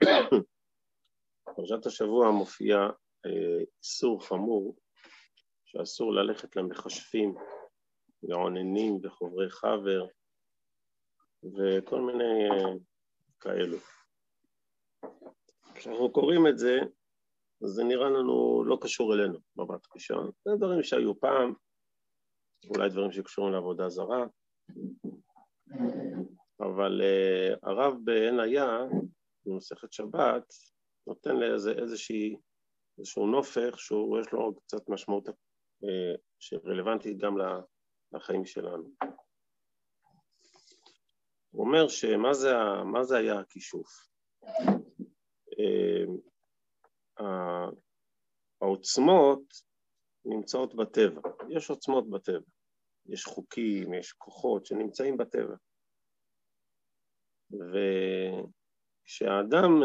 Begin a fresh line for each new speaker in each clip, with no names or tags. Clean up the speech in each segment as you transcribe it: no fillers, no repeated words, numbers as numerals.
בפרשת השבוע מופיע איסור חמור, שאסור ללכת למכשפים, לעוננים וחוברי חבר, וכל מיני כאלו. כשאנחנו קוראים את זה, זה נראה לנו לא קשור אלינו, מבט ראשון. זה דברים שהיו פעם, אולי דברים שקשורים לעבודה זרה, אבל הרב בעין היה, במסכת שבת, נותן איזשהו נופך, שיש לו קצת משמעות שרלוונטית גם לחיים שלנו. הוא אומר מה זה היה הכישוף? העוצמות נמצאות בטבע, יש עוצמות בטבע, יש חוקים, יש כוחות שנמצאים בטבע. וכשהאדם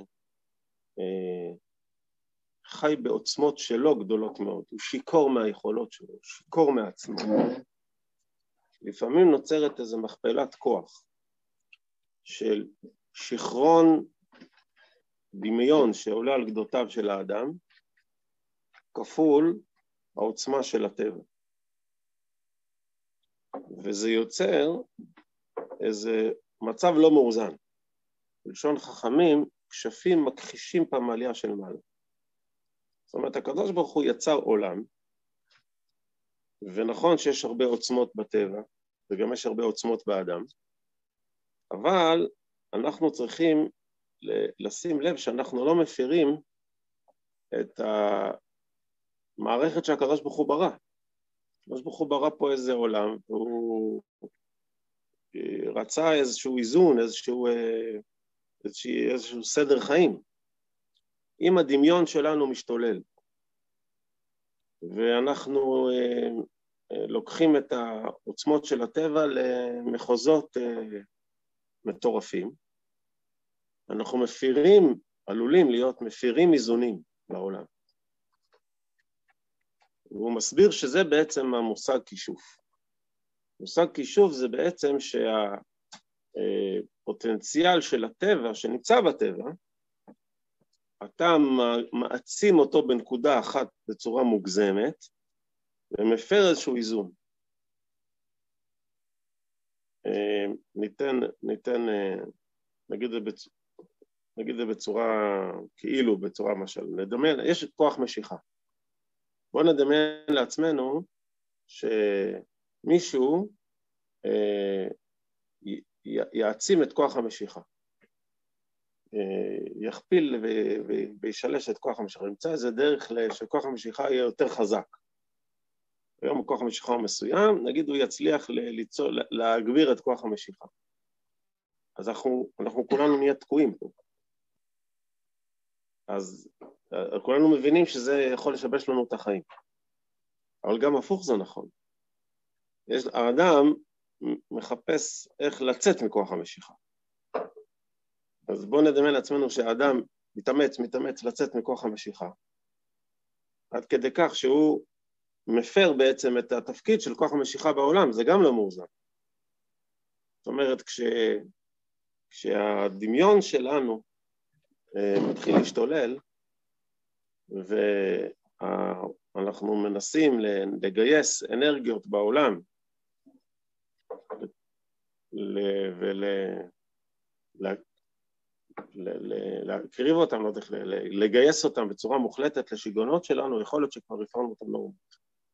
חי בעוצמות שלו גדולות מאוד, הוא שיקור מהיכולות שלו, שיקור מעצמו. לפעמים נוצרת איזו מכפלת כוח של שכרון דמיון שעולה על גדותיו של האדם, כפול העוצמה של הטבע. וזה יוצר איזה מצב לא מאוזן. בלשון חכמים, כשפים מכחישים פמליה של מעלה. זאת אומרת, הקדוש ברוך הוא יצר עולם, ונכון שיש הרבה עוצמות בטבע, וגם יש הרבה עוצמות באדם, אבל אנחנו צריכים לשים לב שאנחנו לא מפירים את המערכת שהקדוש ברוך הוא ברא. הקדוש ברוך הוא ברא פה איזה עולם, והוא רצה איזשהו איזון, איזשהו סדר חיים. אם הדמיון שלנו משתולל, ואנחנו לוקחים את העוצמות של הטבע למחוזות מטורפים, אנחנו עלולים להיות מפירים איזונים לעולם. והוא מסביר שזה בעצם המושג כישוף. מושג כישוף זה בעצם שהפוטנציאל של הטבע, שנמצא בטבע, אתה מעצים אותו בנקודה אחת בצורה מוגזמת, ומפר איזשהו איזון. נגיד זה בצורה, כאילו בצורה משל, נדמיין, יש כוח משיכה. בואו נדמיין לעצמנו שמישהו יעצים את כוח המשיכה. יכפיל וישלש את כוח המשיכה. נמצא איזה דרך שכוח המשיכה יהיה יותר חזק. היום כוח המשיכה הוא מסוים, נגיד הוא יצליח להגביר את כוח המשיכה. אז אנחנו כולנו נהיה תקועים פה. אז כולנו מבינים שזה יכול לשבש לנו את החיים. אבל גם הפוך זה נכון. האדם מחפש איך לצאת מכוח המשיכה. אז בואו נדמיין לעצמנו שהאדם מתאמץ לצאת מכוח המשיכה. עד כדי כך שהוא מפר בעצם את התפקיד של כוח המשיכה בעולם, זה גם לא מאוזן. זאת אומרת, כשהדמיון שלנו מתחיל להשתולל, ואנחנו מנסים לגייס אנרגיות בעולם, להקריב אותם, לגייס אותם בצורה מוחלטת לשיגעונות שלנו, יכול להיות שכבר הפרנו אותם לאומות.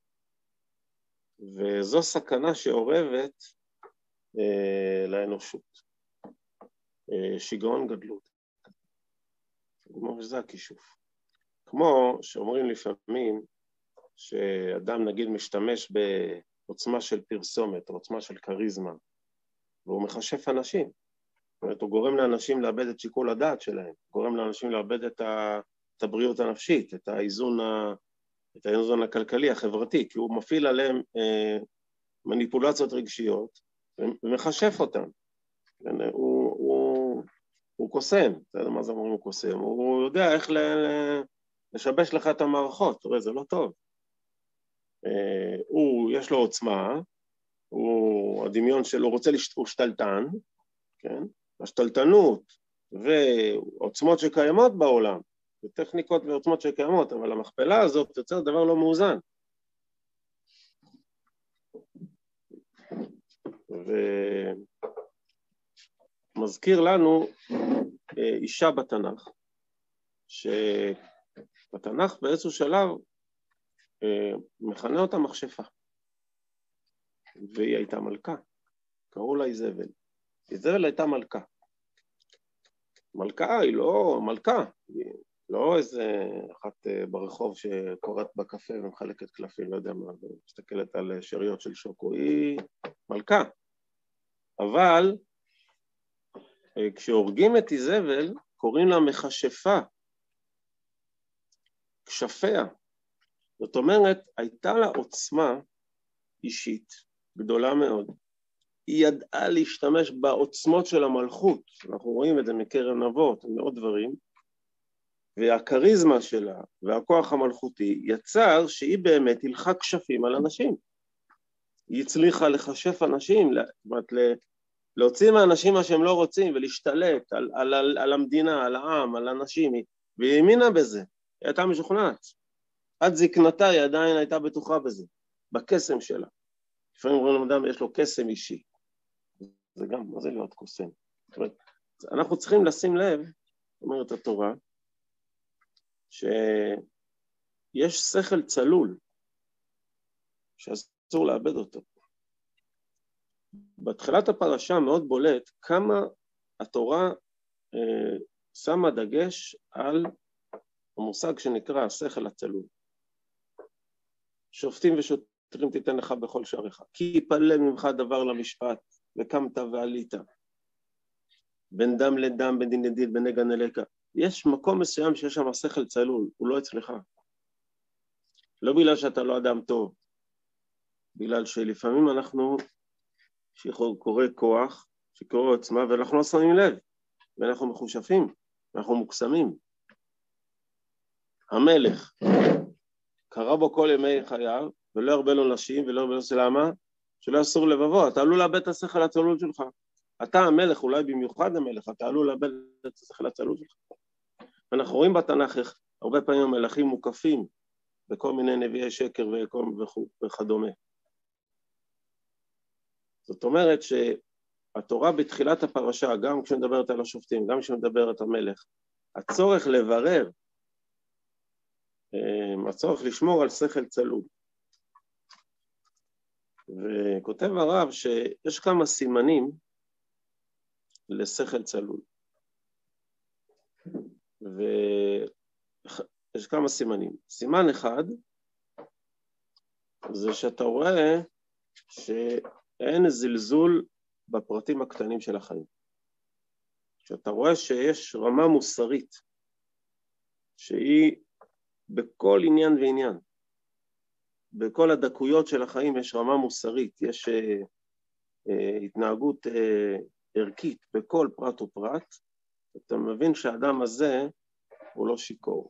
וזו סכנה שעורבת לאנושות. שיגעון גדלות. כמו שזה הכישוף. כמו שאומרים לפעמים שאדם נגיד משתמש בעוצמה של פרסומת, עוצמה של קריזמה, והוא מחשף אנשים. זאת אומרת, הוא גורם לאנשים לאבד את שיקול הדעת שלהם, גורם לאנשים לאבד את הבריאות הנפשית, את האיזון הכלכלי, החברתי, כי הוא מפעיל עליהם מניפולציות רגשיות, ומחשף אותם. הוא קוסם, אתה יודע מה זה אומרים הוא קוסם, הוא יודע איך לשבש לך את המערכות, תראה, זה לא טוב. יש לו עוצמה, הדמיון שלו רוצה הוא שתלטן, כן? השתלטנות ועוצמות שקיימות בעולם, וטכניקות ועוצמות שקיימות, אבל המכפלה הזאת יוצר דבר לא מאוזן. ומזכיר לנו אישה בתנ"ך, שבתנ"ך באיזשהו שלב מכנה אותה מכשפה, והיא הייתה מלכה, קראו לה איזבל. איזבל הייתה מלכה. מלכה היא לא מלכה, היא לא איזה אחת ברחוב שקוראת בקפה ומחלקת קלפים, לא יודע מה, מסתכלת על שריות של שוקו, היא מלכה. אבל כשהורגים את איזבל, קוראים לה מכשפה, כשפיה. זאת אומרת, הייתה לה עוצמה אישית גדולה מאוד. היא ידעה להשתמש בעוצמות של המלכות, אנחנו רואים את זה מקרב נבות ומעוד דברים, והקריזמה שלה והכוח המלכותי יצר שהיא באמת הלכה כשפים על אנשים. היא הצליחה לחשף אנשים, להוציא מהאנשים מה שהם לא רוצים ולהשתלט על המדינה, על העם, על האנשים, והיא האמינה בזה, היא הייתה משוכנעת. עד זקנתה היא עדיין הייתה בטוחה בזה, בקסם שלה. לפעמים רואים אדם יש לו קסם אישי. זה גם, מה זה להיות קוסם? זאת אומרת, אנחנו צריכים לשים לב, אומרת התורה, שיש שכל צלול, שאסור לאבד אותו. בתחילת הפרשה מאוד בולט כמה התורה שמה דגש על המושג שנקרא השכל הצלול. שופטים ושוטרים תיתן לך בכל שעריך, כי יפלא ממך דבר למשפט, וקמת ועלית. בין דם לדם, בין דין לדין, בין נגע לנגע. יש מקום מסוים שיש שם השכל צלול, הוא לא אצלך. לא בגלל שאתה לא אדם טוב, בגלל שלפעמים אנחנו, שקורא כוח, שקורא עוצמה, ואנחנו לא שמים לב, ואנחנו מחושפים, אנחנו מוקסמים. המלך, קרא בו כל ימי חייו, ולא הרבה לו נשים, ולא הרבה לו למה? שלא אסור לבבו, אתה עלול לאבד את השכל הצלול שלך. אתה המלך, אולי במיוחד המלך, אתה עלול לאבד את השכל הצלול שלך. ואנחנו רואים בתנ"ך איך הרבה פעמים המלכים מוקפים בכל מיני נביאי שקר וכדומה. זאת אומרת שהתורה בתחילת הפרשה, גם כשמדברת על השופטים, גם כשמדברת על המלך, הצורך לברר, הצורך לשמור על שכל צלול. וכותב הרב שיש כמה סימנים לשכל צלול. ויש כמה סימנים. סימן אחד, זה שאתה רואה שאין זלזול בפרטים הקטנים של החיים. שאתה רואה שיש רמה מוסרית, שהיא בכל עניין ועניין. בכל הדקויות של החיים יש רמה מוסרית, יש התנהגות ערכית בכל פרט ופרט. אתה מבין שהאדם הזה הוא לא שיקור,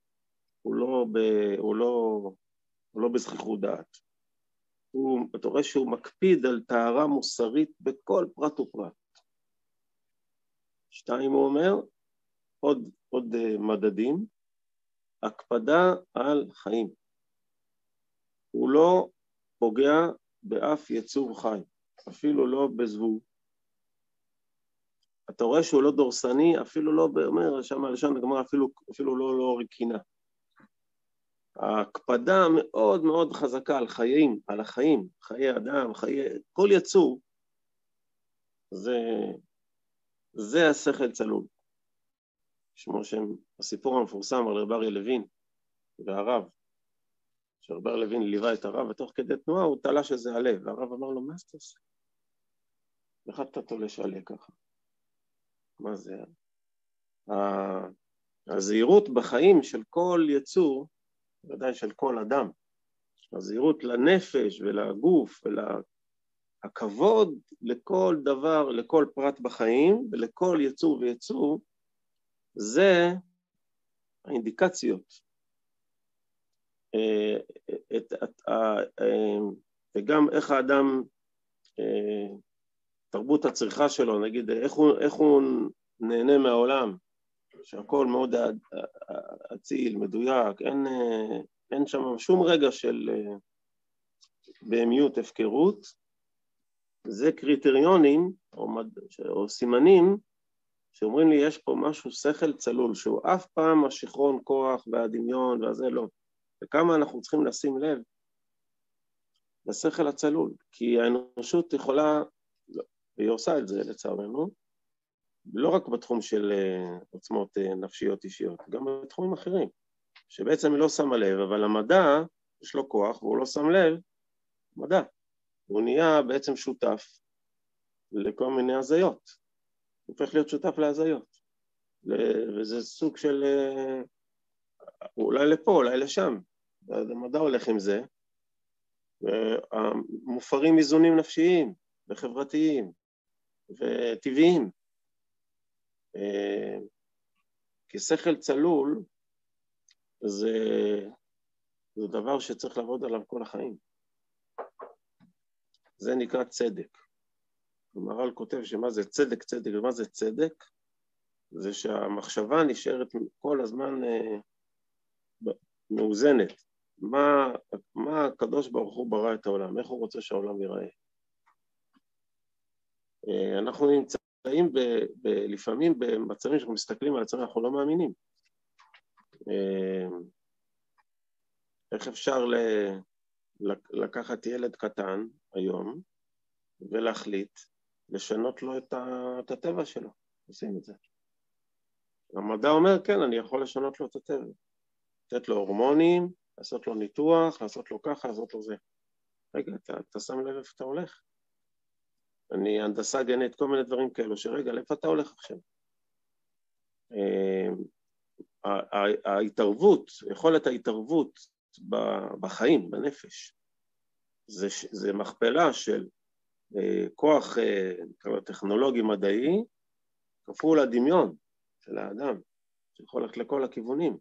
הוא לא בזכיחות דעת. אתה רואה שהוא מקפיד על טהרה מוסרית בכל פרט ופרט. 2 הוא אומר, עוד מדדים, הקפדה על חיים. הוא לא פוגע באף יצור חי, אפילו לא בזבוב. אתה רואה שהוא לא דורסני, אפילו לא, אומר שם הלשון הגמרא, אפילו לא רקינה. ההקפדה מאוד מאוד חזקה על חיים, על החיים, חיי אדם, כל יצור, זה השכל צלול. שמו שם הסיפור המפורסם על רב אריה לוין והרב, שרב אריה לוין ליווה את הרב, ותוך כדי תנועה הוא תלש איזה עלה, והרב אמר לו, מה אתה עושה? איך אתה תולש עלה ככה? מה זה? הזהירות בחיים של כל יצור, ודאי של כל אדם, הזהירות לנפש ולגוף ולכבוד לכל דבר, לכל פרט בחיים ולכל יצור ויצור, זה האינדיקציות. וגם איך האדם, תרבות הצריכה שלו, נגיד, איך הוא נהנה מהעולם, שהכל מאוד אציל, מדויק, אין שם שום רגע של בהמיות, הפקרות, זה קריטריונים או סימנים שאומרים לי יש פה משהו, שכל צלול, שהוא אף פעם השכרון כוח והדמיון והזה לא. וכמה אנחנו צריכים לשים לב לשכל הצלול, כי האנושות יכולה, והיא עושה את זה לצערנו, לא רק בתחום של עוצמות נפשיות אישיות, גם בתחומים אחרים, שבעצם היא לא שמה לב, אבל המדע יש לו כוח והוא לא שם לב, מדע. הוא נהיה בעצם שותף לכל מיני הזיות. הוא הופך להיות שותף להזיות. וזה סוג של, אולי לפה, אולי לשם. המדע הולך עם זה. מופרים איזונים נפשיים וחברתיים וטבעיים. כי שכל צלול זה דבר שצריך לעבוד עליו כל החיים. זה נקרא צדק. המהר"ל כותב שמה זה צדק, צדק, ומה זה צדק? זה שהמחשבה נשארת כל הזמן מאוזנת. מה הקדוש ברוך הוא ברא את העולם? איך הוא רוצה שהעולם ייראה? אנחנו נמצאים לפעמים במצבים שאנחנו מסתכלים על עצמנו, אנחנו לא מאמינים. איך אפשר לקחת ילד קטן היום ולהחליט לשנות לו את הטבע שלו? עושים את זה. המדע אומר, כן, אני יכול לשנות לו את הטבע. לתת לו הורמונים, לעשות לו ניתוח, לעשות לו ככה, לעשות לו זה. רגע, אתה שם לב איפה אתה הולך? אני הנדסה גנית, כל מיני דברים כאלו, שרגע, לאיפה אתה הולך עכשיו? ההתערבות, יכולת ההתערבות בחיים, בנפש, זה מכפלה של כוח טכנולוגי מדעי, כפול הדמיון של האדם, שיכול ללכת לכל הכיוונים.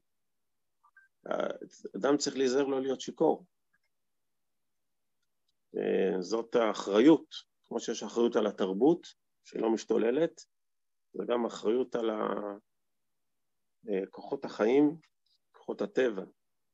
האדם צריך להיזהר לא להיות שיקור. זאת האחריות, כמו שיש אחריות על התרבות, שלא משתוללת, זה גם אחריות על כוחות החיים, כוחות הטבע.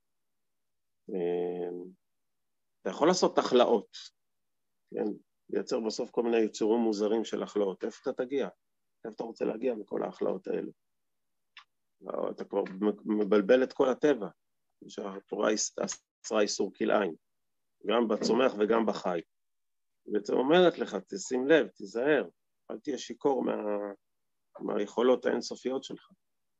אתה יכול לעשות החלאות, כן? לייצר בסוף כל מיני יצורים מוזרים של החלאות. איפה אתה תגיע? איפה אתה רוצה להגיע מכל ההחלאות האלו? אתה כבר מבלבל את כל הטבע. שהתורה אסרה איסור כלאיים, גם בצומח וגם בחי. וזה אומרת לך, תשים לב, תיזהר, אל תהיה שיקור מהיכולות האינסופיות שלך.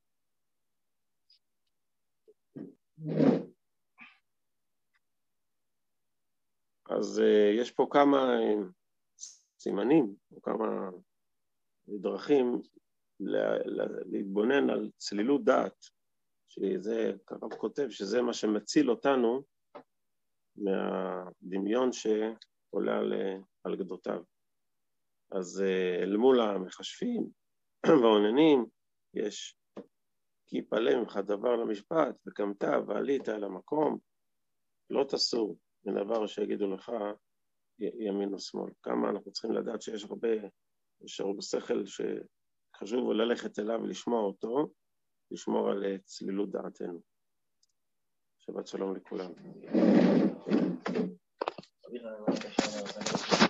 אז יש פה כמה סימנים, או כמה דרכים להתבונן על צלילות דעת, שזה, הרב כותב, שזה מה שמציל אותנו מהדמיון שעולה על גדותיו. אז אל מול המחשבים והעוננים, יש כי יפלא ממך דבר למשפט, וקמת ועלית על המקום, לא תסור מן דבר שיגידו לך ימין ושמאל. כמה אנחנו צריכים לדעת שיש הרבה שכל שחשוב ללכת אליו ולשמוע אותו, לשמור על צלילות דעתנו. שבת שלום לכולם.